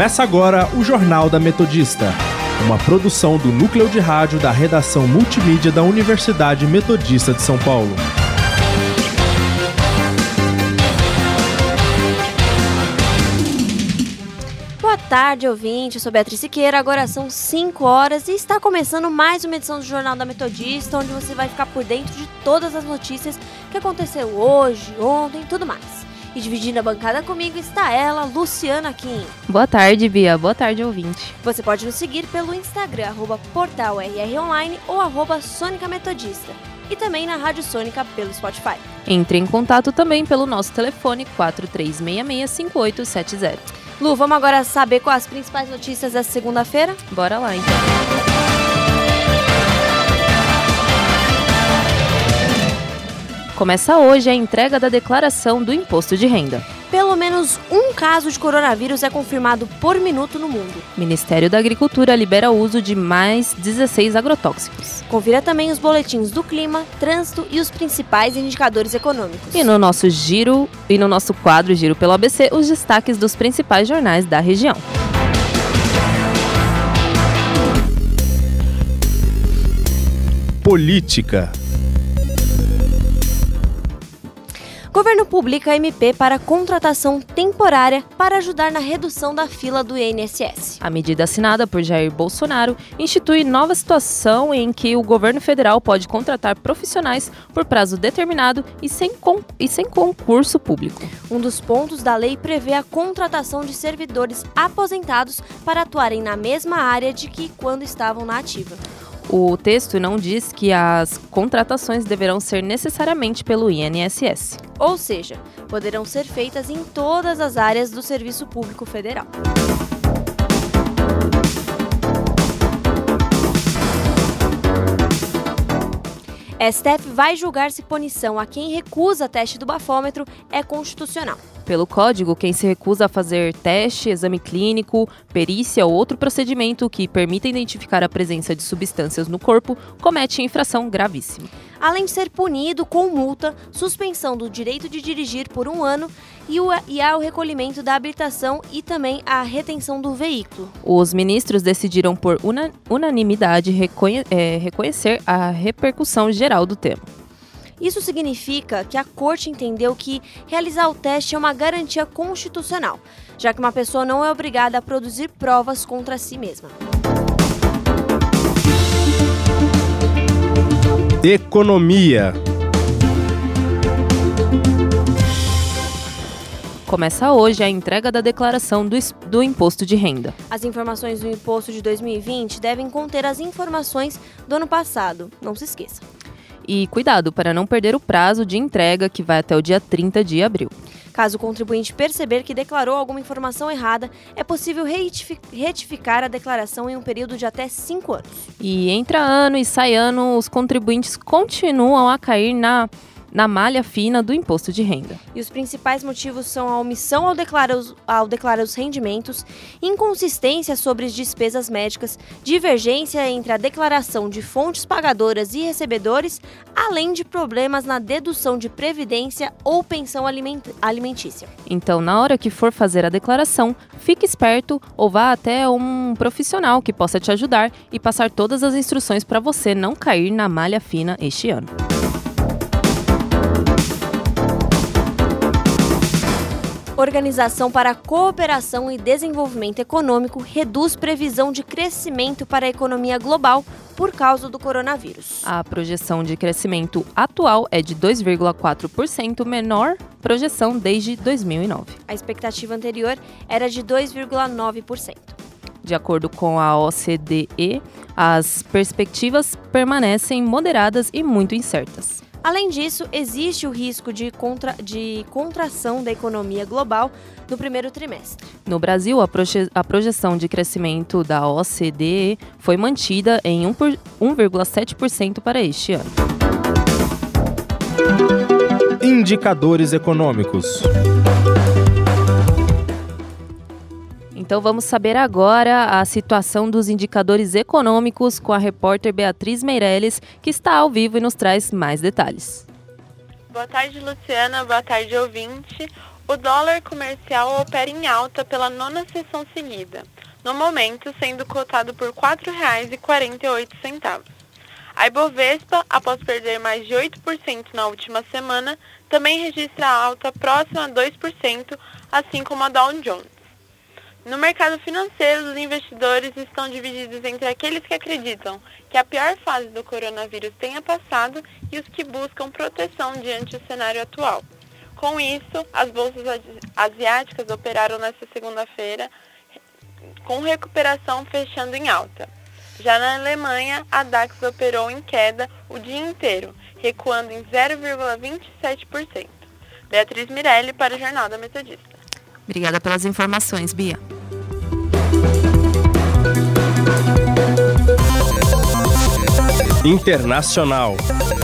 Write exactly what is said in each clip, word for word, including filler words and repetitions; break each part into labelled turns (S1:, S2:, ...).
S1: Começa agora o Jornal da Metodista, uma produção do Núcleo de Rádio da Redação Multimídia da Universidade Metodista de São Paulo.
S2: Boa tarde, ouvinte. Eu sou Beatriz Siqueira, agora são cinco horas e está começando mais uma edição do Jornal da Metodista, onde você vai ficar por dentro de todas as notícias que aconteceu hoje, ontem e tudo mais. E dividindo a bancada comigo está ela, Luciana Kim.
S3: Boa tarde, Bia. Boa tarde, ouvinte.
S2: Você pode nos seguir pelo Instagram, arroba portal R R Online ou arroba Sônica Metodista. E também na Rádio Sônica pelo Spotify.
S3: Entre em contato também pelo nosso telefone quatro três seis seis, cinco oito sete zero.
S2: Lu, vamos agora saber quais as principais notícias dessa segunda-feira?
S3: Bora lá, então. Começa hoje a entrega da declaração do Imposto de Renda.
S2: Pelo menos um caso de coronavírus é confirmado por minuto no mundo.
S3: Ministério da Agricultura libera o uso de mais dezesseis agrotóxicos.
S2: Confira também os boletins do clima, trânsito e os principais indicadores econômicos.
S3: E no nosso giro e no nosso quadro Giro pelo A B C, os destaques dos principais jornais da região.
S1: Política.
S2: Governo publica M P para contratação temporária para ajudar na redução da fila do I N S S.
S3: A medida assinada por Jair Bolsonaro institui nova situação em que o governo federal pode contratar profissionais por prazo determinado e sem, con- e sem concurso público.
S2: Um dos pontos da lei prevê a contratação de servidores aposentados para atuarem na mesma área de que quando estavam na ativa.
S3: O texto não diz que as contratações deverão ser necessariamente pelo I N S S.
S2: Ou seja, poderão ser feitas em todas as áreas do Serviço Público Federal. S T F vai julgar se punição a quem recusa teste do bafômetro é constitucional.
S3: Pelo Código, quem se recusa a fazer teste, exame clínico, perícia ou outro procedimento que permita identificar a presença de substâncias no corpo comete infração gravíssima.
S2: Além de ser punido com multa, suspensão do direito de dirigir por um ano e, o, e há o recolhimento da habilitação e também a retenção do veículo.
S3: Os ministros decidiram por una, unanimidade reconhe, é, reconhecer a repercussão geral do tema.
S2: Isso significa que a Corte entendeu que realizar o teste é uma garantia constitucional, já que uma pessoa não é obrigada a produzir provas contra si mesma.
S1: Economia.
S3: Começa hoje a entrega da declaração do, do Imposto de Renda.
S2: As informações do Imposto de dois mil e vinte devem conter as informações do ano passado, não se esqueça.
S3: E cuidado para não perder o prazo de entrega, que vai até o dia trinta de abril.
S2: Caso o contribuinte perceber que declarou alguma informação errada, é possível retificar a declaração em um período de até cinco anos.
S3: E entra ano e sai ano, os contribuintes continuam a cair na... na malha fina do imposto de renda.
S2: E os principais motivos são a omissão ao declarar os, ao declarar os rendimentos, inconsistência sobre as despesas médicas, divergência entre a declaração de fontes pagadoras e recebedores, além de problemas na dedução de previdência ou pensão aliment- alimentícia.
S3: Então, na hora que for fazer a declaração, fique esperto ou vá até um profissional que possa te ajudar e passar todas as instruções para você não cair na malha fina este ano.
S2: Organização para a Cooperação e Desenvolvimento Econômico reduz previsão de crescimento para a economia global por causa do coronavírus.
S3: A projeção de crescimento atual é de dois vírgula quatro por cento, menor projeção desde dois mil e nove.
S2: A expectativa anterior era de dois vírgula nove por cento.
S3: De acordo com a O C D E, as perspectivas permanecem moderadas e muito incertas.
S2: Além disso, existe o risco de, contra... de contração da economia global no primeiro trimestre.
S3: No Brasil, a, proje... a projeção de crescimento da O C D E foi mantida em um vírgula sete por cento para este ano.
S1: Indicadores econômicos.
S3: Então vamos saber agora a situação dos indicadores econômicos com a repórter Beatriz Meirelles, que está ao vivo e nos traz mais detalhes.
S4: Boa tarde, Luciana. Boa tarde, ouvinte. O dólar comercial opera em alta pela nona sessão seguida, no momento sendo cotado por quatro reais e quarenta e oito centavos. A Ibovespa, após perder mais de oito por cento na última semana, também registra alta próxima a dois por cento, assim como a Dow Jones. No mercado financeiro, os investidores estão divididos entre aqueles que acreditam que a pior fase do coronavírus tenha passado e os que buscam proteção diante do cenário atual. Com isso, as bolsas asiáticas operaram nesta segunda-feira com recuperação fechando em alta. Já na Alemanha, a DAX operou em queda o dia inteiro, recuando em zero vírgula vinte e sete por cento. Beatriz Mirelli para o Jornal da Metodista.
S3: Obrigada pelas informações, Bia.
S1: Internacional.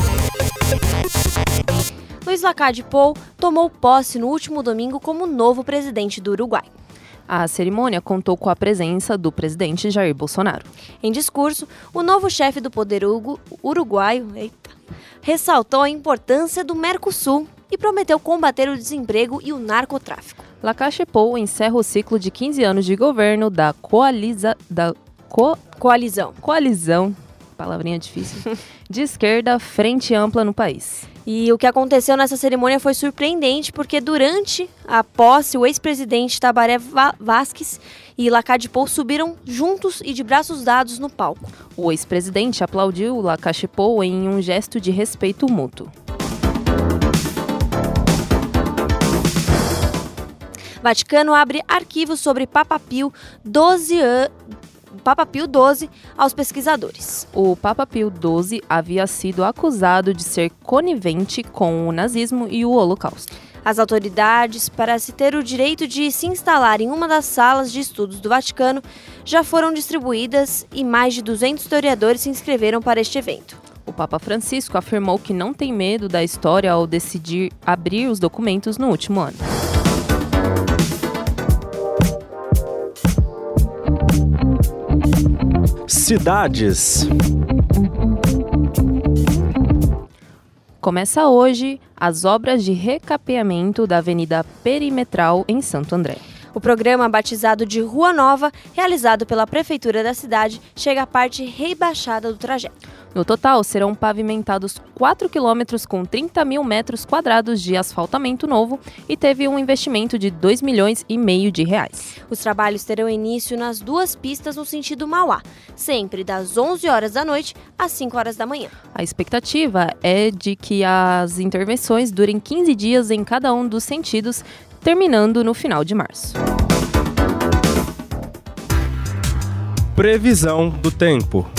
S2: Luiz Lacalle Pou tomou posse no último domingo como novo presidente do Uruguai.
S3: A cerimônia contou com a presença do presidente Jair Bolsonaro.
S2: Em discurso, o novo chefe do poder uruguaio eita, ressaltou a importância do Mercosul e prometeu combater o desemprego e o narcotráfico.
S3: Lacalle Pou encerra o ciclo de quinze anos de governo da, coaliza, da co,
S2: coalizão,
S3: coalizão, palavrinha difícil, de esquerda Frente Ampla no país.
S2: E o que aconteceu nessa cerimônia foi surpreendente, porque durante a posse, o ex-presidente Tabaré Vázquez e Lacalle Pou subiram juntos e de braços dados no palco.
S3: O ex-presidente aplaudiu Lacalle Pou em um gesto de respeito mútuo.
S2: Vaticano abre arquivos sobre Papa Pio doze an... Papa Pio doze aos pesquisadores.
S3: O Papa Pio doze havia sido acusado de ser conivente com o nazismo e o Holocausto.
S2: As autoridades, para se ter o direito de se instalar em uma das salas de estudos do Vaticano, já foram distribuídas e mais de duzentos historiadores se inscreveram para este evento.
S3: O Papa Francisco afirmou que não tem medo da história ao decidir abrir os documentos no último ano.
S1: Cidades.
S3: Começa hoje as obras de recapeamento da Avenida Perimetral em Santo André.
S2: O programa, batizado de Rua Nova, realizado pela Prefeitura da cidade, chega à parte rebaixada do trajeto.
S3: No total, serão pavimentados quatro quilômetros com trinta mil metros quadrados de asfaltamento novo e teve um investimento de dois milhões e meio de reais.
S2: Os trabalhos terão início nas duas pistas no sentido Mauá, sempre das onze horas da noite às cinco horas da manhã.
S3: A expectativa é de que as intervenções durem quinze dias em cada um dos sentidos, terminando no final de março.
S1: Previsão do tempo.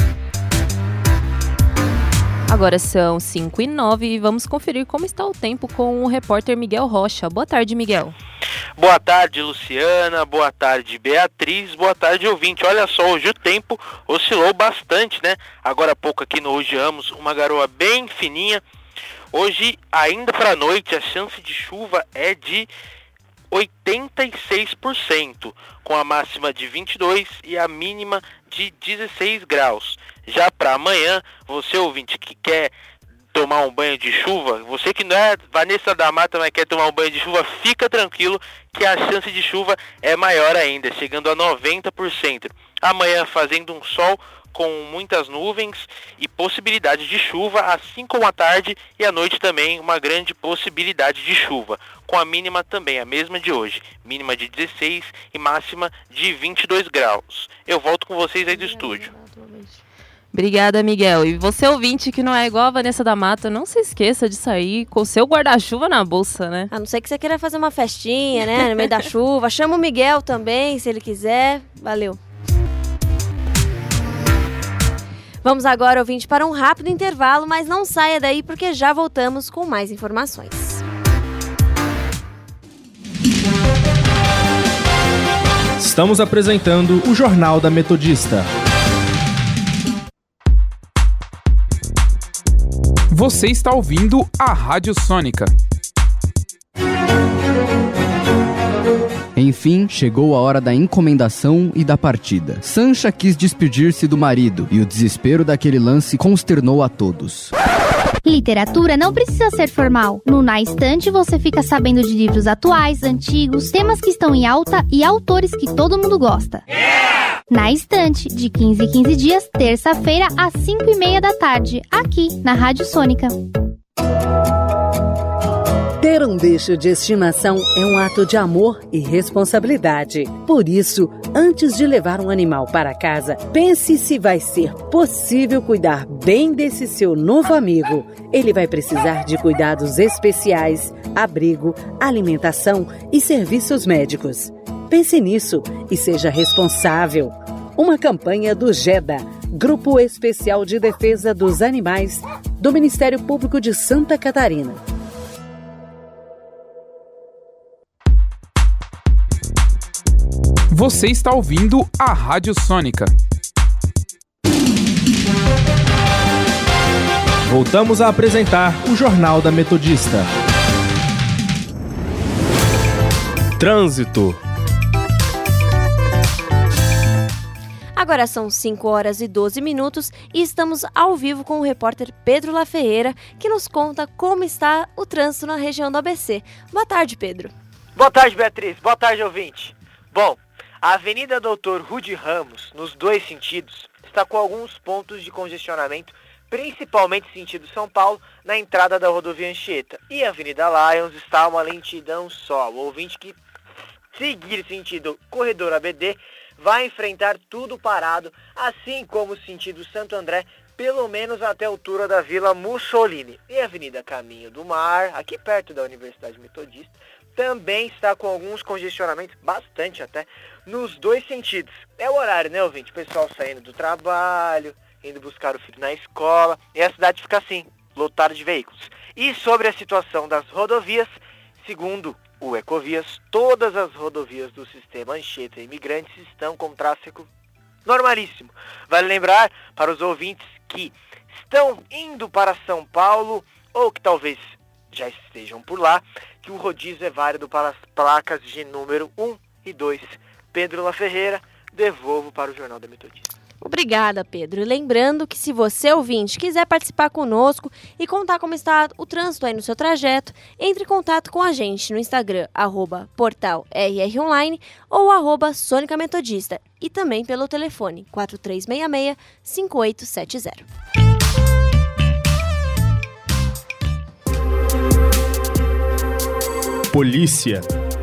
S3: Agora são cinco e nove e vamos conferir como está o tempo com o repórter Miguel Rocha. Boa tarde, Miguel.
S5: Boa tarde, Luciana. Boa tarde, Beatriz. Boa tarde, ouvinte. Olha só, hoje o tempo oscilou bastante, né? Agora há pouco aqui no Hoje Amos, uma garoa bem fininha. Hoje, ainda para a noite, a chance de chuva é de oitenta e seis por cento, com a máxima de vinte e dois e a mínima de dezesseis graus. Já para amanhã, você ouvinte que quer tomar um banho de chuva, você que não é Vanessa da Mata, mas quer tomar um banho de chuva, fica tranquilo que a chance de chuva é maior ainda, chegando a noventa por cento. Amanhã fazendo um sol com muitas nuvens e possibilidade de chuva, assim como à tarde e à noite também uma grande possibilidade de chuva, com a mínima também a mesma de hoje, mínima de dezesseis e máxima de vinte e dois graus. Eu volto com vocês aí do estúdio.
S3: Obrigada, Miguel. E você ouvinte que não é igual a Vanessa da Mata, não se esqueça de sair com o seu guarda-chuva na bolsa, né?
S2: A não ser que você queira fazer uma festinha, né, no meio da chuva. Chama o Miguel também, se ele quiser. Valeu. Vamos agora, ouvinte, para um rápido intervalo, mas não saia daí porque já voltamos com mais informações.
S1: Estamos apresentando o Jornal da Metodista.
S6: Você está ouvindo a Rádio Sônica.
S7: Enfim, chegou a hora da encomendação e da partida. Sancha quis despedir-se do marido e o desespero daquele lance consternou a todos.
S8: Literatura não precisa ser formal. No Na Estante você fica sabendo de livros atuais, antigos, temas que estão em alta e autores que todo mundo gosta. Yeah! Na Estante, de quinze em quinze dias, terça-feira, às cinco e meia da tarde, aqui na Rádio Sônica.
S9: Ter um bicho de estimação é um ato de amor e responsabilidade. Por isso, antes de levar um animal para casa, pense se vai ser possível cuidar bem desse seu novo amigo. Ele vai precisar de cuidados especiais, abrigo, alimentação e serviços médicos. Pense nisso e seja responsável. Uma campanha do GEDA, Grupo Especial de Defesa dos Animais, do Ministério Público de Santa Catarina.
S6: Você está ouvindo a Rádio Sônica.
S1: Voltamos a apresentar o Jornal da Metodista. Trânsito.
S2: Agora são cinco horas e doze minutos e estamos ao vivo com o repórter Pedro Laferreira, que nos conta como está o trânsito na região do A B C. Boa tarde, Pedro.
S10: Boa tarde, Beatriz. Boa tarde, ouvinte. Bom, a Avenida Doutor Rude Ramos, nos dois sentidos, está com alguns pontos de congestionamento, principalmente sentido São Paulo, na entrada da rodovia Anchieta. E a Avenida Lions está uma lentidão só. O ouvinte que seguir sentido Corredor A B D vai enfrentar tudo parado, assim como o sentido Santo André, pelo menos até a altura da Vila Mussolini. E a Avenida Caminho do Mar, aqui perto da Universidade Metodista, também está com alguns congestionamentos, bastante até, nos dois sentidos. É o horário, né, ouvinte? O pessoal saindo do trabalho, indo buscar o filho na escola, e a cidade fica assim, lotada de veículos. E sobre a situação das rodovias, segundo o Ecovias, todas as rodovias do sistema Anchieta e Imigrantes estão com tráfego normalíssimo. Vale lembrar para os ouvintes que estão indo para São Paulo, ou que talvez já estejam por lá, que o rodízio é válido para as placas de número um e dois. Pedro Laferreira, devolvo para o Jornal da Metodista.
S2: Obrigada, Pedro. E lembrando que se você, ouvinte, quiser participar conosco e contar como está o trânsito aí no seu trajeto, entre em contato com a gente no Instagram, arroba portal R R Online ou arroba Sônica Metodista, e também pelo telefone quatro três seis seis, cinco oito sete zero.
S1: Polícia.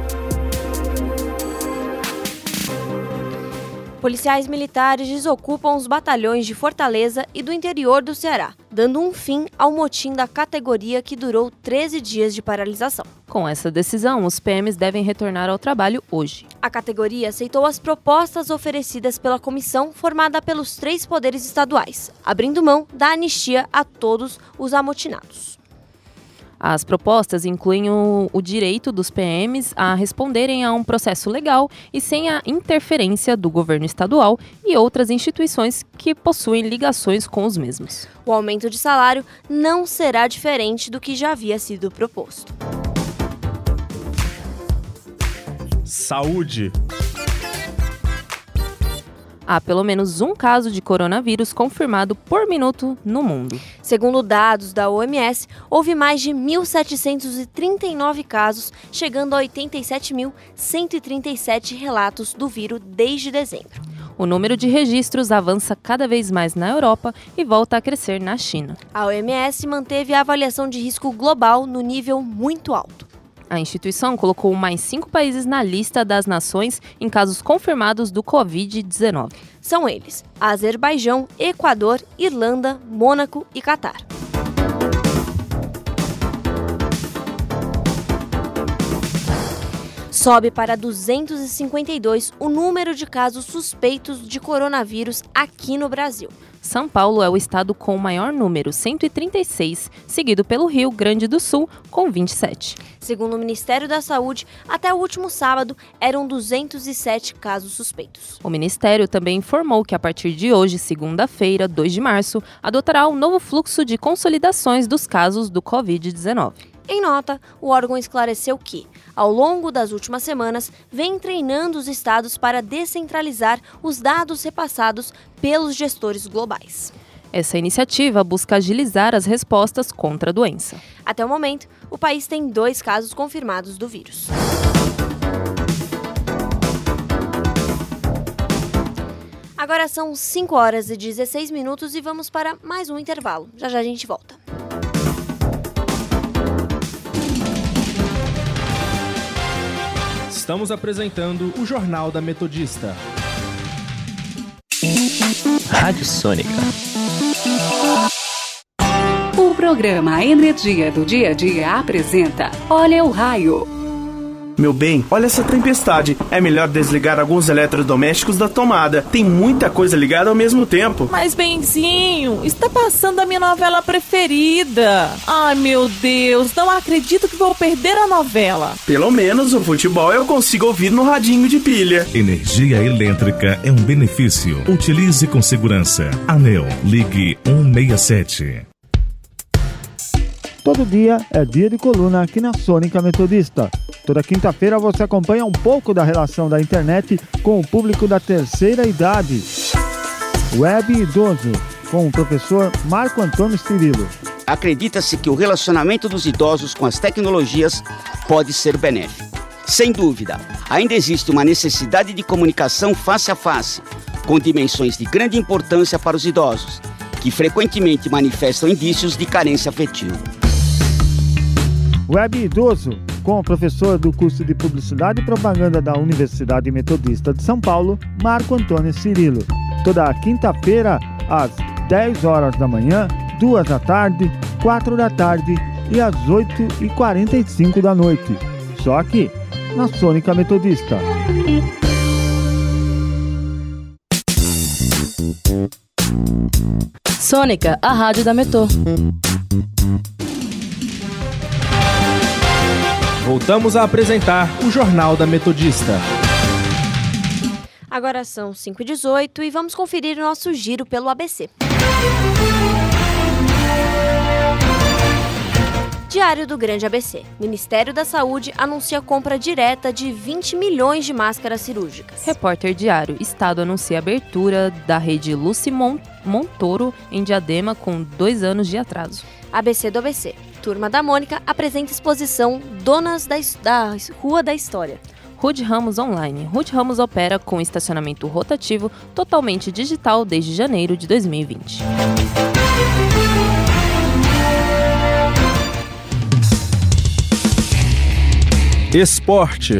S2: Policiais militares desocupam os batalhões de Fortaleza e do interior do Ceará, dando um fim ao motim da categoria que durou treze dias de paralisação.
S3: Com essa decisão, os P Ms devem retornar ao trabalho hoje.
S2: A categoria aceitou as propostas oferecidas pela comissão formada pelos três poderes estaduais, abrindo mão da anistia a todos os amotinados.
S3: As propostas incluem o, o direito dos P Ms a responderem a um processo legal e sem a interferência do governo estadual e outras instituições que possuem ligações com os mesmos.
S2: O aumento de salário não será diferente do que já havia sido proposto.
S1: Saúde.
S3: Há pelo menos um caso de coronavírus confirmado por minuto no mundo.
S2: Segundo dados da O M S, houve mais de mil setecentos e trinta e nove casos, chegando a oitenta e sete mil cento e trinta e sete relatos do vírus desde dezembro.
S3: O número de registros avança cada vez mais na Europa e volta a crescer na China.
S2: A O M S manteve a avaliação de risco global no nível muito alto.
S3: A instituição colocou mais cinco países na lista das nações em casos confirmados do covid dezenove.
S2: São eles: Azerbaijão, Equador, Irlanda, Mônaco e Catar. Sobe para duzentos e cinquenta e dois o número de casos suspeitos de coronavírus aqui no Brasil.
S3: São Paulo é o estado com o maior número, cento e trinta e seis, seguido pelo Rio Grande do Sul, com vinte e sete.
S2: Segundo o Ministério da Saúde, até o último sábado eram duzentos e sete casos suspeitos.
S3: O Ministério também informou que a partir de hoje, segunda-feira, dois de março, adotará um novo fluxo de consolidações dos casos do covid dezenove.
S2: Em nota, o órgão esclareceu que, ao longo das últimas semanas, vem treinando os estados para descentralizar os dados repassados pelos gestores globais.
S3: Essa iniciativa busca agilizar as respostas contra a doença.
S2: Até o momento, o país tem dois casos confirmados do vírus. Agora são cinco horas e dezesseis minutos e vamos para mais um intervalo. Já já a gente volta.
S1: Estamos apresentando o Jornal da Metodista.
S11: Rádio Sônica.
S12: O programa Energia do Dia a Dia apresenta Olha o Raio.
S13: Meu bem, olha essa tempestade. É melhor desligar alguns eletrodomésticos da tomada. Tem muita coisa ligada ao mesmo tempo.
S14: Mas, benzinho, está passando a minha novela preferida. Ai, meu Deus, não acredito que vou perder a novela.
S13: Pelo menos o futebol eu consigo ouvir no radinho de pilha.
S15: Energia elétrica é um benefício. Utilize com segurança. ANEEL, ligue um seis sete.
S16: Todo dia é dia de coluna aqui na Sônica Metodista. Toda quinta-feira você acompanha um pouco da relação da internet com o público da terceira idade. Web Idoso, com o professor Marco Antônio Cirilo.
S17: Acredita-se que o relacionamento dos idosos com as tecnologias pode ser benéfico. Sem dúvida, ainda existe uma necessidade de comunicação face a face, com dimensões de grande importância para os idosos, que frequentemente manifestam indícios de carência afetiva.
S16: Web Idoso, com o professor do curso de Publicidade e Propaganda da Universidade Metodista de São Paulo, Marco Antônio Cirilo. Toda quinta-feira, às dez horas da manhã, duas da tarde, quatro da tarde e às oito e quarenta e cinco da noite. Só aqui, na Sônica Metodista.
S3: Sônica, a rádio da Metô.
S1: Voltamos a apresentar o Jornal da Metodista.
S2: Agora são cinco e dezoito e vamos conferir o nosso giro pelo A B C. Diário do Grande A B C. Ministério da Saúde anuncia compra direta de vinte milhões de máscaras cirúrgicas.
S3: Repórter Diário. Estado anuncia a abertura da rede Luci Montoro em Diadema com dois anos de atraso.
S2: A B C do A B C. Turma da Mônica apresenta exposição Donas da, da Rua da História.
S3: Rude Ramos Online. Rude Ramos opera com estacionamento rotativo totalmente digital desde janeiro de dois mil e vinte.
S1: Esporte.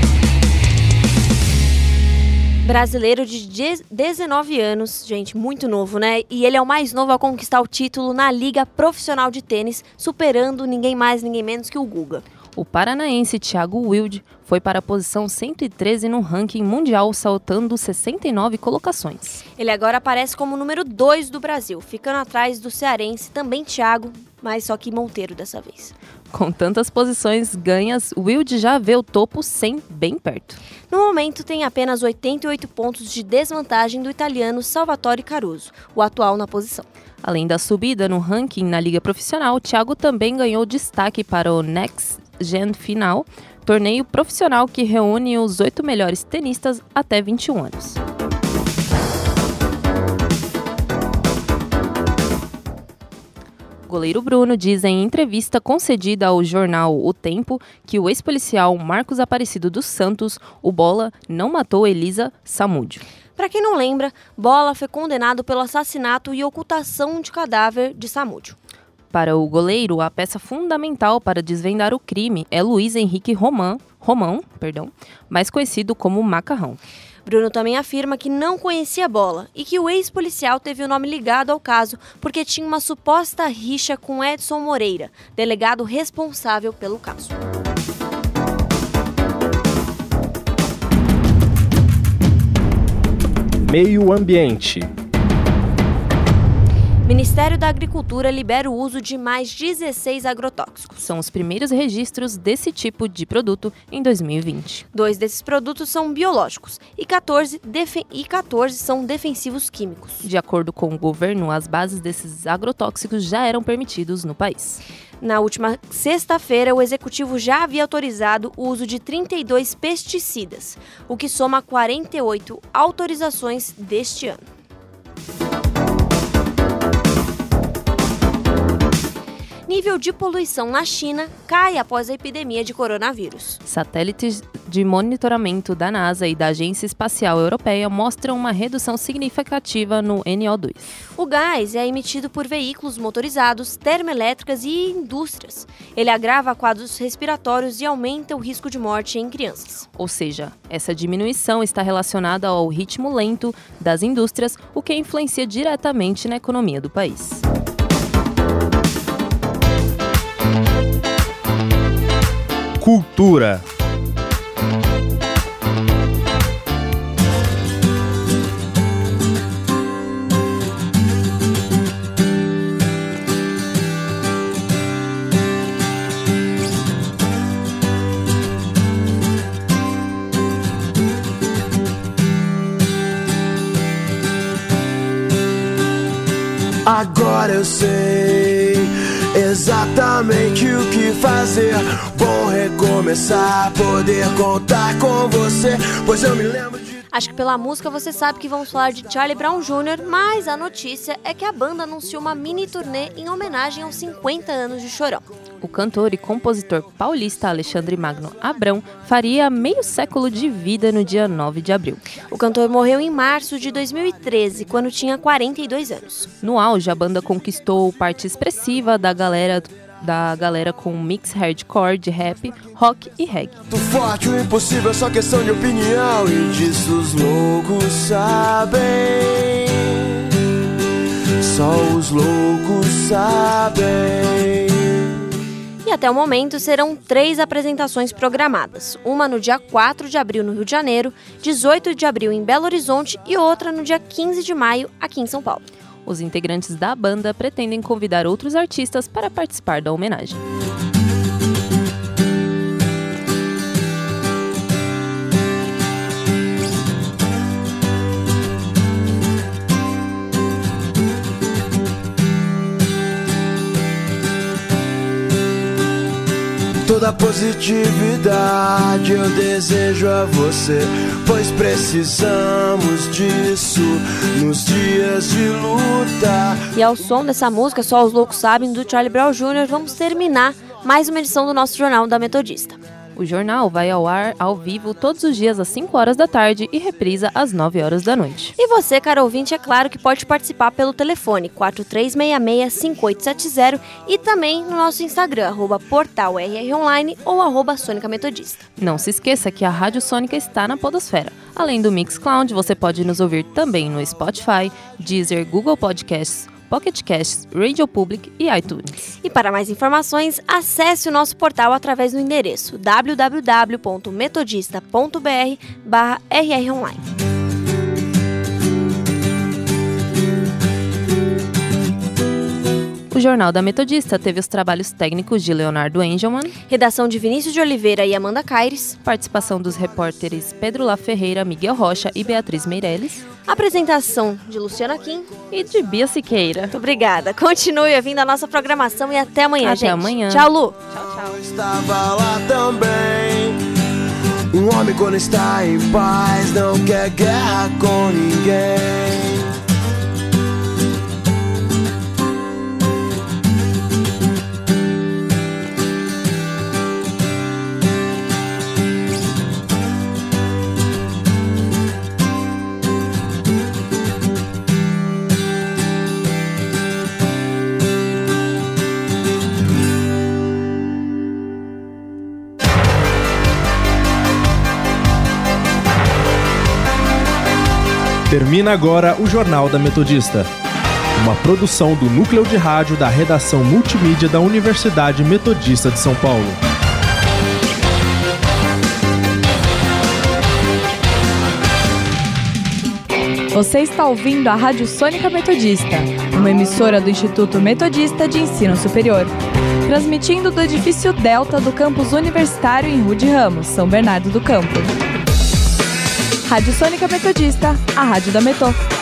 S2: Brasileiro de dezenove anos, gente, muito novo, né? E ele é o mais novo a conquistar o título na Liga Profissional de Tênis, superando ninguém mais, ninguém menos que o Guga.
S3: O paranaense Thiago Wilde foi para a posição cento e treze no ranking mundial, saltando sessenta e nove colocações.
S2: Ele agora aparece como o número dois do Brasil, ficando atrás do cearense, também Thiago, mas só que Monteiro dessa vez.
S3: Com tantas posições ganhas, Wilde já vê o topo cem bem perto.
S2: No momento, tem apenas oitenta e oito pontos de desvantagem do italiano Salvatore Caruso, o atual na posição.
S3: Além da subida no ranking na Liga Profissional, Thiago também ganhou destaque para o Next Gen Final, torneio profissional que reúne os oito melhores tenistas até vinte e um anos. O goleiro Bruno diz em entrevista concedida ao jornal O Tempo que o ex-policial Marcos Aparecido dos Santos, o Bola, não matou Elisa Samúdio.
S2: Para quem não lembra, Bola foi condenado pelo assassinato e ocultação de cadáver de Samúdio.
S3: Para o goleiro, a peça fundamental para desvendar o crime é Luiz Henrique Romão, Romão, perdão, mais conhecido como Macarrão.
S2: Bruno também afirma que não conhecia Bola e que o ex-policial teve o nome ligado ao caso porque tinha uma suposta rixa com Edson Moreira, delegado responsável pelo caso.
S1: Meio Ambiente.
S2: Ministério da Agricultura libera o uso de mais dezesseis agrotóxicos.
S3: São os primeiros registros desse tipo de produto em dois mil e vinte.
S2: Dois desses produtos são biológicos e quatorze, defe- e quatorze são defensivos químicos.
S3: De acordo com o governo, as bases desses agrotóxicos já eram permitidos no país.
S2: Na última sexta-feira, o executivo já havia autorizado o uso de trinta e dois pesticidas, o que soma quarenta e oito autorizações deste ano. Nível de poluição na China cai após a epidemia de coronavírus.
S3: Satélites de monitoramento da NASA e da Agência Espacial Europeia mostram uma redução significativa no N O dois.
S2: O gás é emitido por veículos motorizados, termoelétricas e indústrias. Ele agrava quadros respiratórios e aumenta o risco de morte em crianças.
S3: Ou seja, essa diminuição está relacionada ao ritmo lento das indústrias, o que influencia diretamente na economia do país.
S1: Cultura.
S18: Agora eu sei exatamente o que fazer. Vou recomeçar, poder contar com você, pois eu me lembro de...
S2: Acho que pela música você sabe que vamos falar de Charlie Brown Júnior, mas a notícia é que a banda anunciou uma mini turnê em homenagem aos cinquenta anos de Chorão.
S3: O cantor e compositor paulista Alexandre Magno Abrão faria meio século de vida no dia nove de abril.
S2: O cantor morreu em março de dois mil e treze, quando tinha quarenta e dois anos.
S3: No auge, a banda conquistou parte expressiva da galera, da galera com mix hardcore de rap, rock e reggae.
S18: Muito forte, o impossível é só questão de opinião, e disso os loucos sabem. Só os loucos sabem.
S2: E até o momento serão três apresentações programadas. Uma no dia quatro de abril no Rio de Janeiro, dezoito de abril em Belo Horizonte e outra no dia quinze de maio aqui em São Paulo.
S3: Os integrantes da banda pretendem convidar outros artistas para participar da homenagem.
S18: Toda positividade eu desejo a você, pois precisamos disso nos dias de luta.
S2: E ao som dessa música, Só os Loucos Sabem, do Charlie Brown Júnior, vamos terminar mais uma edição do nosso Jornal da Metodista.
S3: O jornal vai ao ar ao vivo todos os dias às cinco horas da tarde e reprisa às nove horas da noite.
S2: E você, caro ouvinte, é claro que pode participar pelo telefone quatro três seis seis, cinco oito sete zero e também no nosso Instagram, arroba portal R R Online ou arroba Sônica Metodista.
S3: Não se esqueça que a Rádio Sônica está na podosfera. Além do Mixcloud, você pode nos ouvir também no Spotify, Deezer, Google Podcasts, Pocket Casts, Radio Public e iTunes.
S2: E para mais informações, acesse o nosso portal através do endereço w w w ponto metodista ponto b r barra r r online.
S3: O Jornal da Metodista teve os trabalhos técnicos de Leonardo Engelmann,
S2: redação de Vinícius de Oliveira e Amanda Caires,
S3: participação dos repórteres Pedro La Ferreira, Miguel Rocha e Beatriz Meirelles,
S2: apresentação de Luciana Kim
S3: e de Bia Siqueira.
S2: Muito obrigada. Continue ouvindo a nossa programação e até amanhã,
S3: até
S2: gente.
S3: amanhã.
S2: Tchau, Lu.
S18: Tchau, tchau. Eu estava lá também. Um homem quando está em paz não quer guerra com ninguém.
S1: Termina agora o Jornal da Metodista, uma produção do Núcleo de Rádio da Redação Multimídia da Universidade Metodista de São Paulo.
S19: Você está ouvindo a Rádio Sônica Metodista, uma emissora do Instituto Metodista de Ensino Superior, transmitindo do edifício Delta do campus universitário em Rude Ramos, São Bernardo do Campo. Rádio Sônica Metodista, a rádio da Metô.